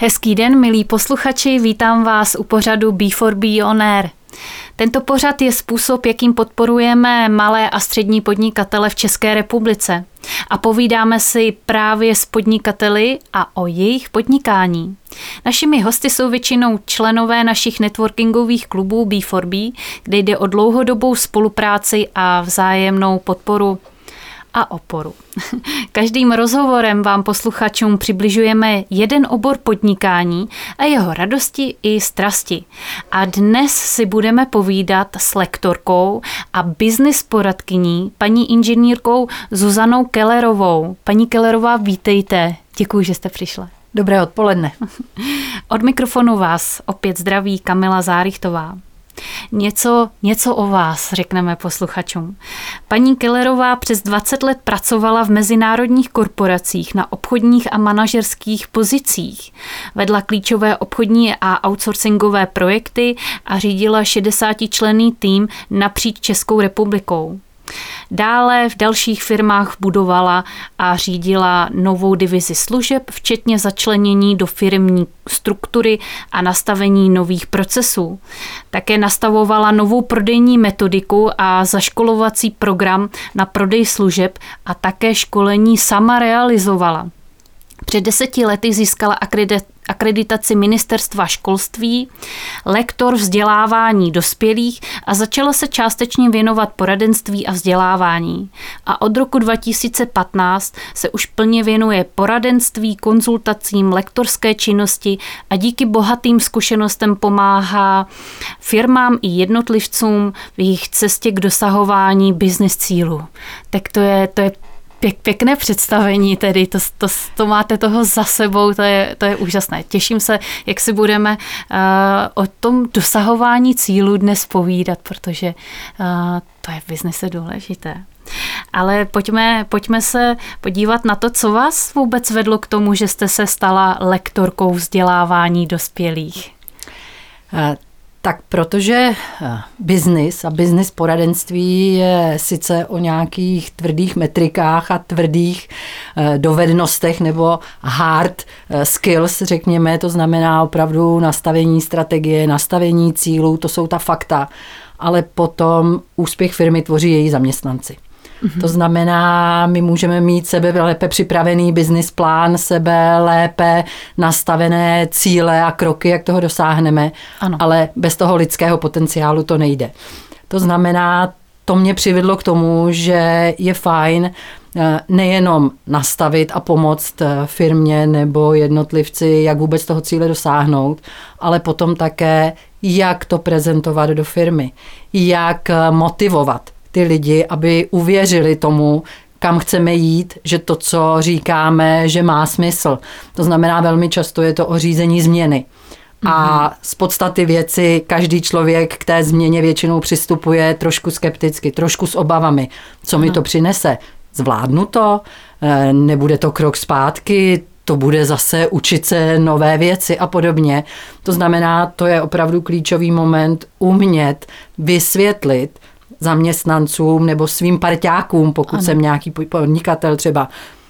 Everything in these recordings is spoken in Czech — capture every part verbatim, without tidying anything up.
Hezký den, milí posluchači, vítám vás u pořadu B four B On Air. Tento pořad je způsob, jakým podporujeme malé a střední podnikatele v České republice. A povídáme si právě s podnikateli a o jejich podnikání. Našimi hosty jsou většinou členové našich networkingových klubů B four B, kde jde o dlouhodobou spolupráci a vzájemnou podporu a oporu. Každým rozhovorem vám posluchačům přibližujeme jeden obor podnikání a jeho radosti i strasti. A dnes si budeme povídat s lektorkou a business poradkyní, paní inženýrkou Zuzanou Kellerovou. Paní Kellerová, vítejte. Děkuji, že jste přišla. Dobré odpoledne. Od mikrofonu vás opět zdraví Kamila Zárichtová. Něco, něco o vás řekneme posluchačům. Paní Kellerová přes dvacet let pracovala v mezinárodních korporacích na obchodních a manažerských pozicích. Vedla klíčové obchodní a outsourcingové projekty a řídila šedesátičlenný tým napříč Českou republikou. Dále v dalších firmách budovala a řídila novou divizi služeb, včetně začlenění do firmní struktury a nastavení nových procesů. Také nastavovala novou prodejní metodiku a zaškolovací program na prodej služeb a také školení sama realizovala. Před deseti lety získala akreditaci Ministerstva školství, lektor vzdělávání dospělých a začala se částečně věnovat poradenství a vzdělávání. A od roku dva tisíce patnáct se už plně věnuje poradenství, konzultacím, lektorské činnosti a díky bohatým zkušenostem pomáhá firmám i jednotlivcům v jejich cestě k dosahování business cílů. Tak to je, to je Pěk, pěkné představení tedy, to, to, to máte toho za sebou, to je, to je úžasné. Těším se, jak si budeme uh, o tom dosahování cílů dnes povídat, protože uh, to je v biznise důležité. Ale pojďme, pojďme se podívat na to, co vás vůbec vedlo k tomu, že jste se stala lektorkou vzdělávání dospělých. Uh. Tak protože biznis a biznis poradenství je sice o nějakých tvrdých metrikách a tvrdých dovednostech nebo hard skills, řekněme, to znamená opravdu nastavení strategie, nastavení cílů, to jsou ta fakta, ale potom úspěch firmy tvoří její zaměstnanci. To znamená, my můžeme mít sebe lépe připravený business plán, sebe lépe nastavené cíle a kroky, jak toho dosáhneme, ano. Ale bez toho lidského potenciálu to nejde. To znamená, to mě přivedlo k tomu, že je fajn nejenom nastavit a pomoct firmě nebo jednotlivci, jak vůbec toho cíle dosáhnout, ale potom také, jak to prezentovat do firmy, jak motivovat ty lidi, aby uvěřili tomu, kam chceme jít, že to, co říkáme, že má smysl. To znamená, velmi často je to o řízení změny. Mm-hmm. A z podstaty věci každý člověk k té změně většinou přistupuje trošku skepticky, trošku s obavami. Co mi to přinese? Zvládnu to? Nebude to krok zpátky? To bude zase učit se nové věci a podobně. To znamená, to je opravdu klíčový moment umět vysvětlit zaměstnancům nebo svým parťákům, pokud ano. jsem nějaký podnikatel třeba,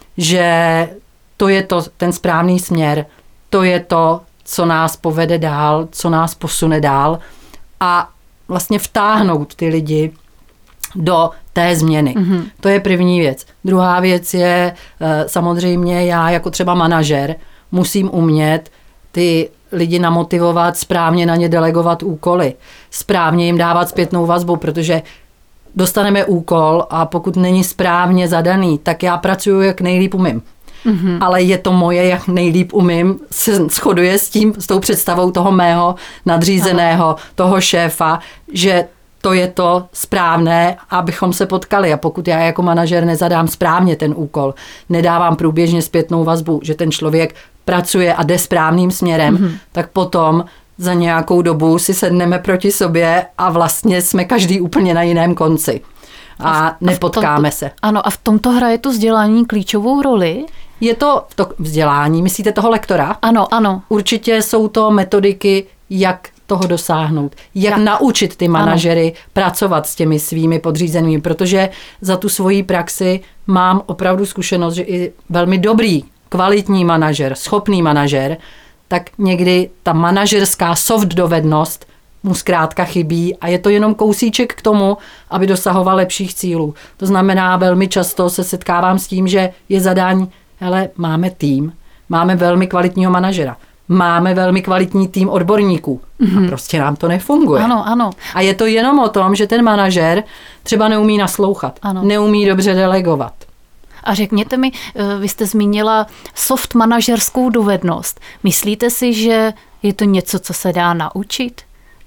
že to je to, ten správný směr, to je to, co nás povede dál, co nás posune dál a vlastně vtáhnout ty lidi do té změny. Mm-hmm. To je první věc. Druhá věc je samozřejmě já jako třeba manažer musím umět ty lidi namotivovat, správně na ně delegovat úkoly, správně jim dávat zpětnou vazbu, protože dostaneme úkol a pokud není správně zadaný, tak já pracuju jak nejlíp umím. Mm-hmm. Ale je to moje, jak nejlíp umím, se shoduje s tím, s tou představou toho mého nadřízeného, Aha. toho šéfa, že to je to správné, abychom se potkali. A pokud já jako manažer nezadám správně ten úkol, nedávám průběžně zpětnou vazbu, že ten člověk pracuje a jde správným směrem, mm-hmm. tak potom za nějakou dobu si sedneme proti sobě a vlastně jsme každý úplně na jiném konci. A, a nepotkáme tomto, se. Ano, a v tomto hraje to vzdělání klíčovou roli? Je to, to vzdělání, myslíte toho lektora? Ano, ano. Určitě jsou to metodiky, jak toho dosáhnout. Jak tak. naučit ty manažery ano. pracovat s těmi svými podřízenými, protože za tu svoji praxi mám opravdu zkušenost, že i velmi dobrý, kvalitní manažer, schopný manažer tak někdy ta manažerská soft dovednost mu zkrátka chybí a je to jenom kousíček k tomu, aby dosahoval lepších cílů. To znamená, velmi často se setkávám s tím, že je zadání, hele, máme tým, máme velmi kvalitního manažera, máme velmi kvalitní tým odborníků mm-hmm. a prostě nám to nefunguje. Ano, ano. A je to jenom o tom, že ten manažer třeba neumí naslouchat, ano. neumí dobře delegovat. A řekněte mi, vy jste zmínila soft manažerskou dovednost. Myslíte si, že je to něco, co se dá naučit?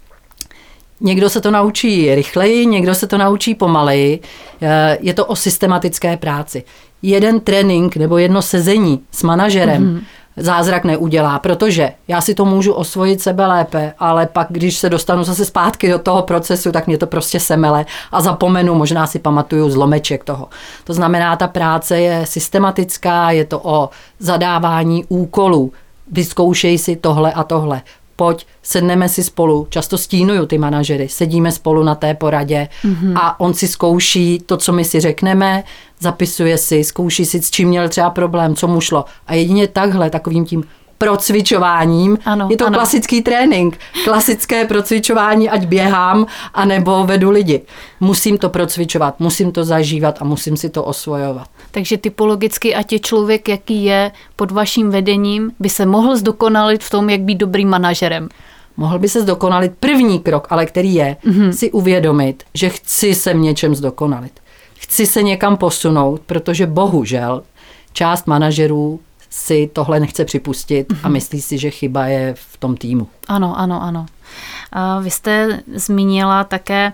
Někdo se to naučí rychleji, někdo se to naučí pomaleji. Je to o systematické práci. Jeden trénink nebo jedno sezení s manažerem mm-hmm. zázrak neudělá, protože já si to můžu osvojit sebe lépe, ale pak, když se dostanu zase zpátky do toho procesu, tak mě to prostě semele a zapomenu, možná si pamatuju zlomeček toho. To znamená, ta práce je systematická, je to o zadávání úkolů. Vyzkoušej si tohle a tohle. Pojď, sedneme si spolu, často stínuju ty manažery, sedíme spolu na té poradě mm-hmm. a on si zkouší to, co my si řekneme, zapisuje si, zkouší si, s čím měl třeba problém, co mu šlo. A jedině takhle, takovým tím procvičováním, ano, je to ano. klasický trénink, klasické procvičování, ať běhám, anebo vedu lidi. Musím to procvičovat, musím to zažívat a musím si to osvojovat. Takže typologicky, ať je člověk, jaký je, pod vaším vedením, by se mohl zdokonalit v tom, jak být dobrým manažerem. Mohl by se zdokonalit první krok, ale který je mm-hmm. si uvědomit, že chci se v něčem zdokonalit. Chci se někam posunout, protože bohužel část manažerů si tohle nechce připustit mm-hmm. a myslí si, že chyba je v tom týmu. Ano, ano, ano. A vy jste zmínila také,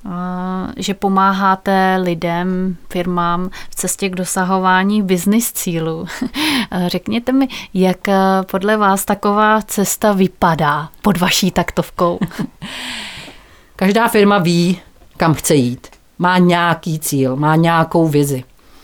že pomáháte lidem, firmám v cestě k dosahování business cílů. Řekněte mi, jak podle vás taková cesta vypadá pod vaší taktovkou? Každá firma ví, kam chce jít. Má nějaký cíl, má nějakou vizi.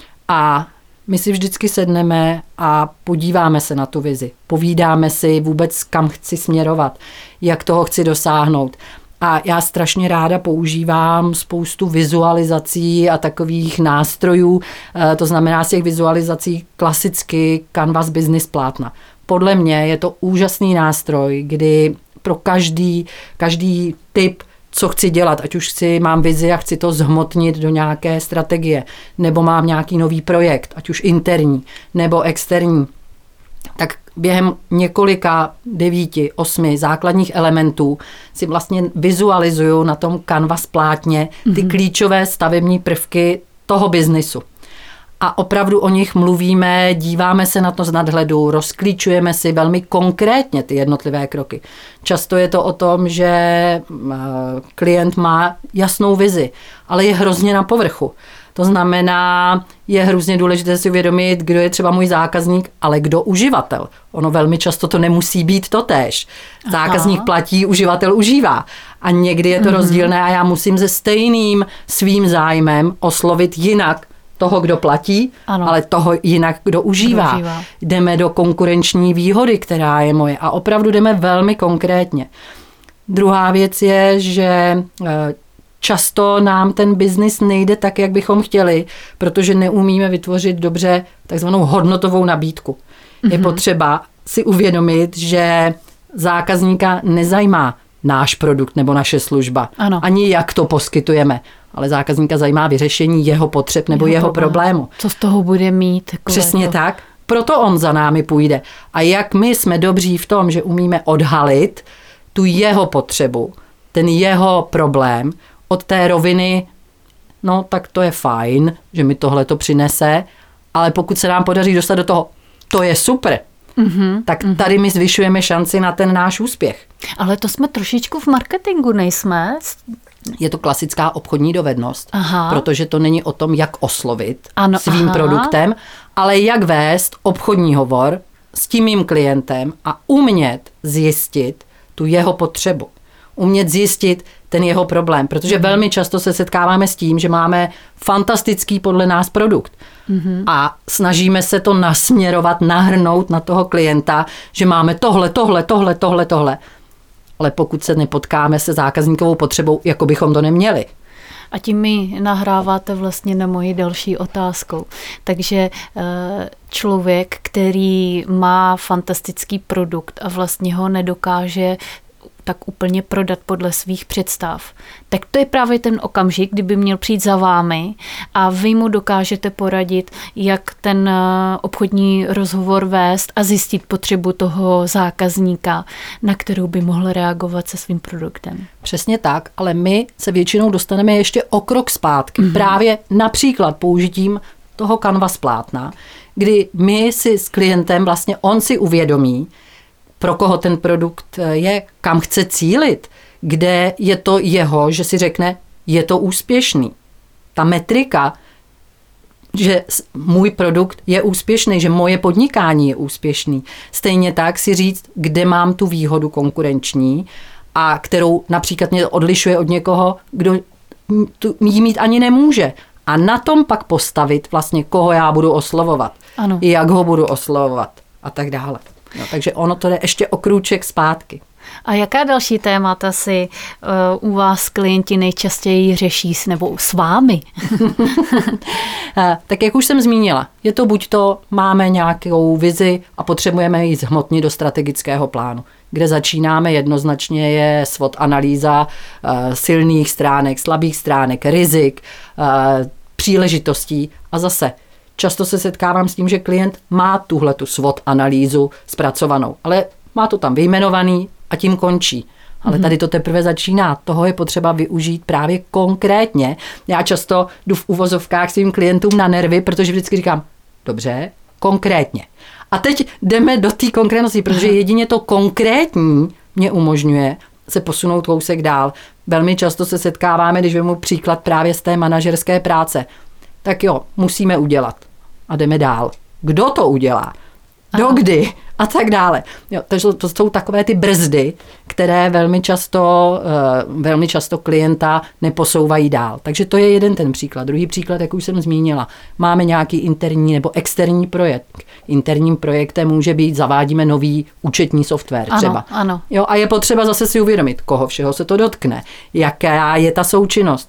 A my si vždycky sedneme a podíváme se na tu vizi. Povídáme si vůbec, kam chci směrovat, jak toho chci dosáhnout. A já strašně ráda používám spoustu vizualizací a takových nástrojů, to znamená z těch vizualizací klasicky Canvas Business plátna. Podle mě je to úžasný nástroj, kdy pro každý, každý typ, co chci dělat, ať už chci, mám vizi a chci to zhmotnit do nějaké strategie, nebo mám nějaký nový projekt, ať už interní nebo externí, tak během několika, devíti, osmi základních elementů si vlastně vizualizuju na tom Canvas plátně ty mm-hmm. klíčové stavební prvky toho biznisu. A opravdu o nich mluvíme, díváme se na to z nadhledu, rozklíčujeme si velmi konkrétně ty jednotlivé kroky. Často je to o tom, že klient má jasnou vizi, ale je hrozně na povrchu. To znamená, je hrozně důležité si uvědomit, kdo je třeba můj zákazník, ale kdo uživatel. Ono velmi často to nemusí být totéž. Zákazník Aha. platí, uživatel užívá. A někdy je to mm-hmm. rozdílné a já musím se stejným svým zájmem oslovit jinak toho, kdo platí, ano. ale toho jinak, kdo užívá. kdo užívá. Jdeme do konkurenční výhody, která je moje a opravdu jdeme velmi konkrétně. Druhá věc je, že často nám ten biznis nejde tak, jak bychom chtěli, protože neumíme vytvořit dobře takzvanou hodnotovou nabídku. Mm-hmm. Je potřeba si uvědomit, že zákazníka nezajímá náš produkt nebo naše služba. Ano. Ani jak to poskytujeme. Ale zákazníka zajímá vyřešení jeho potřeb nebo jeho, jeho problému. Co z toho bude mít? Přesně to. Tak. Proto on za námi půjde. A jak my jsme dobří v tom, že umíme odhalit tu jeho potřebu, ten jeho problém od té roviny, no tak to je fajn, že mi tohle to přinese, ale pokud se nám podaří dostat do toho, to je super, mm-hmm, tak mm-hmm. tady my zvyšujeme šanci na ten náš úspěch. Ale to jsme trošičku v marketingu, nejsme? Je to klasická obchodní dovednost, aha. protože to není o tom, jak oslovit ano, svým aha. produktem, ale jak vést obchodní hovor s tím mým klientem a umět zjistit tu jeho potřebu. Umět zjistit ten jeho problém, protože mm-hmm. velmi často se setkáváme s tím, že máme fantastický podle nás produkt mm-hmm. a snažíme se to nasměrovat, nahrnout na toho klienta, že máme tohle, tohle, tohle, tohle, tohle. Ale pokud se nepotkáme se zákazníkovou potřebou, jako bychom to neměli. A tím mi nahráváte vlastně na moji další otázku. Takže člověk, který má fantastický produkt a vlastně ho nedokáže tak úplně prodat podle svých představ, tak to je právě ten okamžik, kdyby měl přijít za vámi a vy mu dokážete poradit, jak ten obchodní rozhovor vést a zjistit potřebu toho zákazníka, na kterou by mohl reagovat se svým produktem. Přesně tak, ale my se většinou dostaneme ještě o krok zpátky. Mm-hmm. Právě například použitím toho kanvas plátna, kdy my si s klientem, vlastně on si uvědomí, pro koho ten produkt je, kam chce cílit, kde je to jeho, že si řekne, je to úspěšný. Ta metrika, že můj produkt je úspěšný, že moje podnikání je úspěšný. Stejně tak si říct, kde mám tu výhodu konkurenční a kterou například mě odlišuje od někoho, kdo ji mít ani nemůže. A na tom pak postavit vlastně, koho já budu oslovovat, ano. Jak ho budu oslovovat a tak dále. No, takže ono to jde ještě o krůček zpátky. A jaká další témata si uh, u vás klienti nejčastěji řeší, nebo s vámi? Tak jak už jsem zmínila, je to buď to máme nějakou vizi a potřebujeme ji zhmotnit do strategického plánu, kde začínáme jednoznačně je S W O T analýza uh, silných stránek, slabých stránek, rizik, uh, příležitostí a zase často se setkávám s tím, že klient má tuhle tu S W O T analýzu zpracovanou, ale má to tam vyjmenovaný a tím končí. Ale tady to teprve začíná. Toho je potřeba využít právě konkrétně. Já často jdu v uvozovkách svým klientům na nervy, protože vždycky říkám, dobře, konkrétně. A teď jdeme do té konkrétnosti, protože jedině to konkrétní mě umožňuje se posunout kousek dál. Velmi často se setkáváme, když vezmu příklad právě z té manažerské práce. Tak jo, musíme udělat. A jdeme dál. Kdo to udělá? Dokdy? A tak dále. Jo, takže to jsou takové ty brzdy, které velmi často, velmi často klienta neposouvají dál. Takže to je jeden ten příklad. Druhý příklad, jak už jsem zmínila, máme nějaký interní nebo externí projekt. Interním projektem může být, zavádíme nový účetní software třeba. Ano, ano. Jo, a je potřeba zase si uvědomit, koho všeho se to dotkne, jaká je ta součinnost.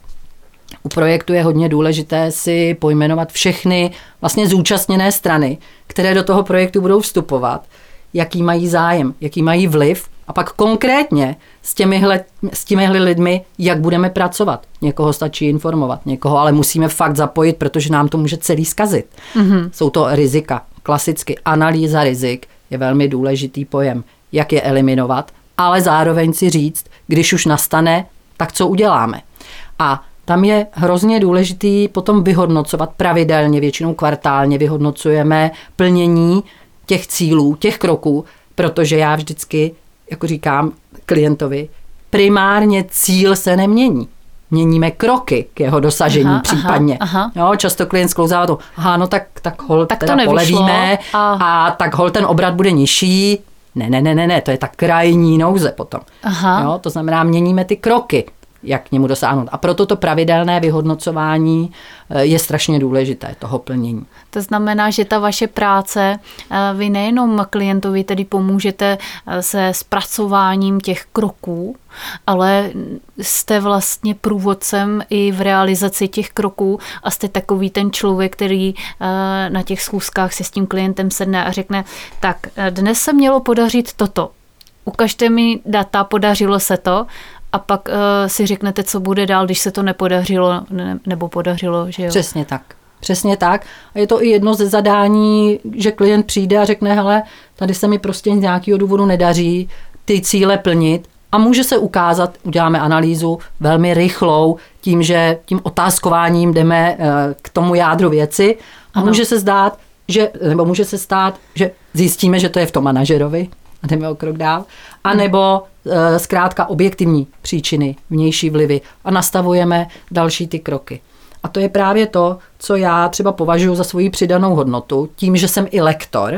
U projektu je hodně důležité si pojmenovat všechny vlastně zúčastněné strany, které do toho projektu budou vstupovat, jaký mají zájem, jaký mají vliv a pak konkrétně s těmihle, s těmihle lidmi, jak budeme pracovat. Někoho stačí informovat, někoho ale musíme fakt zapojit, protože nám to může celý zkazit. Mm-hmm. Jsou to rizika. Klasicky analýza rizik je velmi důležitý pojem, jak je eliminovat, ale zároveň si říct, když už nastane, tak co uděláme. A tam je hrozně důležitý potom vyhodnocovat pravidelně, většinou kvartálně vyhodnocujeme plnění těch cílů, těch kroků, protože já vždycky, jako říkám klientovi, primárně cíl se nemění. Měníme kroky k jeho dosažení aha, případně. Aha, aha. Jo, často klient sklouzává to, aha, no tak, tak hol tak teda polevíme a... a tak hol ten obrat bude nižší. Ne, ne, ne, ne, ne, to je ta krajní nouze potom. Aha. Jo, to znamená, měníme ty kroky, jak k němu dosáhnout. A proto to pravidelné vyhodnocování je strašně důležité, toho plnění. To znamená, že ta vaše práce, vy nejenom klientovi tedy pomůžete se zpracováním těch kroků, ale jste vlastně průvodcem i v realizaci těch kroků a jste takový ten člověk, který na těch schůzkách se s tím klientem sedne a řekne, tak dnes se mělo podařit toto. Ukažte mi data, podařilo se to. A pak uh, si řeknete, co bude dál, když se to nepodařilo ne, nebo podařilo, že jo? Přesně tak. Přesně tak. A je to i jedno ze zadání, že klient přijde a řekne, hele, tady se mi prostě z nějakého důvodu nedaří ty cíle plnit a může se ukázat, uděláme analýzu velmi rychlou, tím, že tím otázkováním jdeme uh, k tomu jádru věci a ano. může se zdát, že, nebo může se stát, že zjistíme, že to je v tom manažerovi a jdeme o krok dál, a nebo zkrátka objektivní příčiny, vnější vlivy a nastavujeme další ty kroky. A to je právě to, co já třeba považuji za svoji přidanou hodnotu, tím, že jsem i lektor,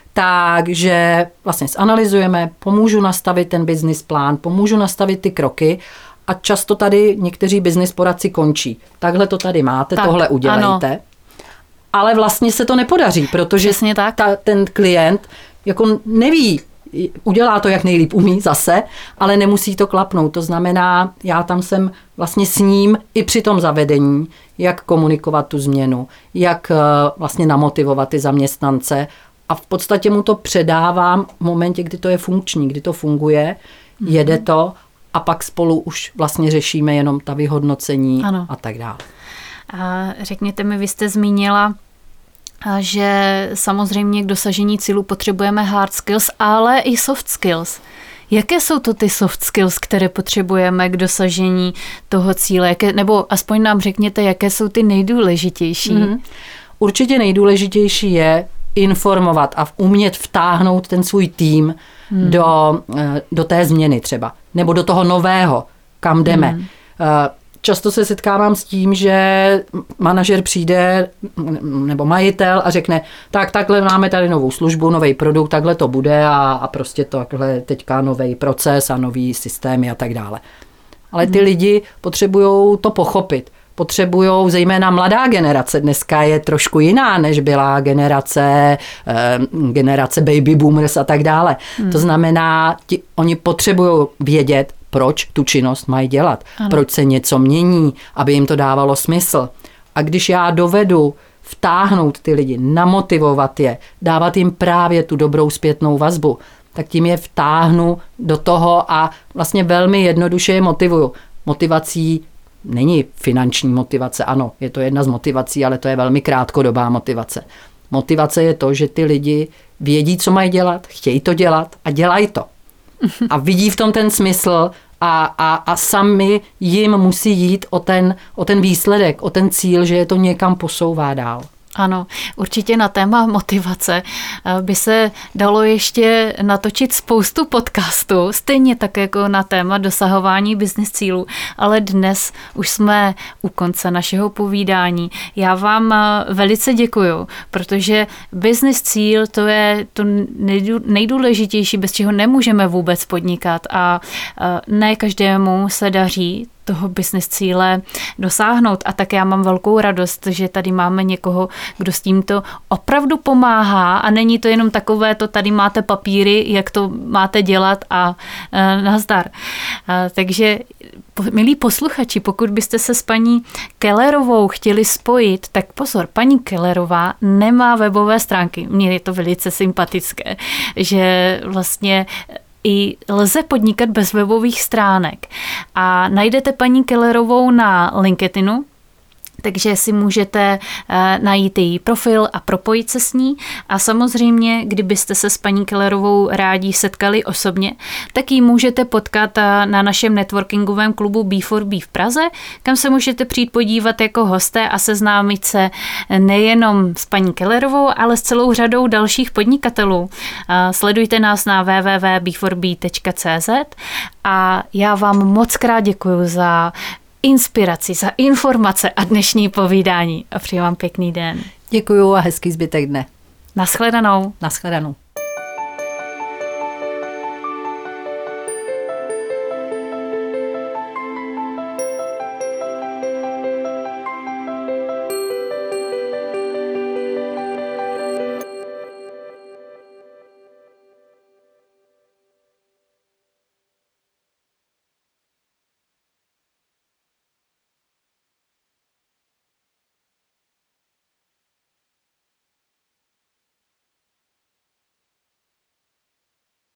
takže vlastně zanalyzujeme, pomůžu nastavit ten business plán, pomůžu nastavit ty kroky a často tady někteří business poradci končí. Takhle to tady máte, tak, tohle udělejte. Ano. Ale vlastně se to nepodaří, protože ta, ten klient jako neví, udělá to, jak nejlíp umí zase, ale nemusí to klapnout. To znamená, já tam jsem vlastně s ním i při tom zavedení, jak komunikovat tu změnu, jak vlastně namotivovat ty zaměstnance a v podstatě mu to předávám v momentě, kdy to je funkční, kdy to funguje, mm-hmm. jede to a pak spolu už vlastně řešíme jenom ta vyhodnocení ano. a tak dále. A řekněte mi, vy jste zmínila, že samozřejmě k dosažení cílu potřebujeme hard skills, ale i soft skills. Jaké jsou to ty soft skills, které potřebujeme k dosažení toho cíle? Jaké, nebo aspoň nám řekněte, jaké jsou ty nejdůležitější? Mm-hmm. Určitě nejdůležitější je informovat a umět vtáhnout ten svůj tým hmm. do, do té změny třeba, nebo do toho nového, kam jdeme. Hmm. Často se setkávám s tím, že manažer přijde nebo majitel a řekne, tak takhle máme tady novou službu, nový produkt, takhle to bude a, a prostě to takhle teďka nový proces a nový systémy a tak dále. Ale ty hmm. lidi potřebují to pochopit. Potřebujou, zejména mladá generace, dneska je trošku jiná, než byla generace, eh, generace baby boomers a tak dále. Hmm. To znamená, ti, oni potřebují vědět, proč tu činnost mají dělat, ano. proč se něco mění, aby jim to dávalo smysl. A když já dovedu vtáhnout ty lidi, namotivovat je, dávat jim právě tu dobrou zpětnou vazbu, tak tím je vtáhnu do toho a vlastně velmi jednoduše je motivuju. Motivací není finanční motivace, ano, je to jedna z motivací, ale to je velmi krátkodobá motivace. Motivace je to, že ty lidi vědí, co mají dělat, chtějí to dělat a dělají to. A vidí v tom ten smysl a, a, a sami jim musí jít o ten, o ten výsledek, o ten cíl, že je to někam posouvá dál. Ano, určitě na téma motivace by se dalo ještě natočit spoustu podcastů, stejně tak jako na téma dosahování business cílů, ale dnes už jsme u konce našeho povídání. Já vám velice děkuju, protože business cíl to je to nejdůležitější, bez čeho nemůžeme vůbec podnikat a ne každému se daří toho business cíle dosáhnout. A tak já mám velkou radost, že tady máme někoho, kdo s tímto opravdu pomáhá a není to jenom takové, to tady máte papíry, jak to máte dělat a e, nazdar. E, takže milí posluchači, pokud byste se s paní Kellerovou chtěli spojit, tak pozor, paní Kellerová nemá webové stránky. Mně je to velice sympatické, že vlastně i lze podnikat bez webových stránek. A najdete paní Kellerovou na LinkedInu, takže si můžete najít její profil a propojit se s ní. A samozřejmě, kdybyste se s paní Kellerovou rádi setkali osobně, tak ji můžete potkat na našem networkingovém klubu B four B v Praze, kam se můžete přijít podívat jako hosté a seznámit se nejenom s paní Kellerovou, ale s celou řadou dalších podnikatelů. Sledujte nás na w w w tečka b four b tečka c z a já vám moc krát děkuji za inspiraci, za informace a dnešní povídání a přeji vám pěkný den. Děkuju a hezký zbytek dne. Naschledanou. Naschledanou.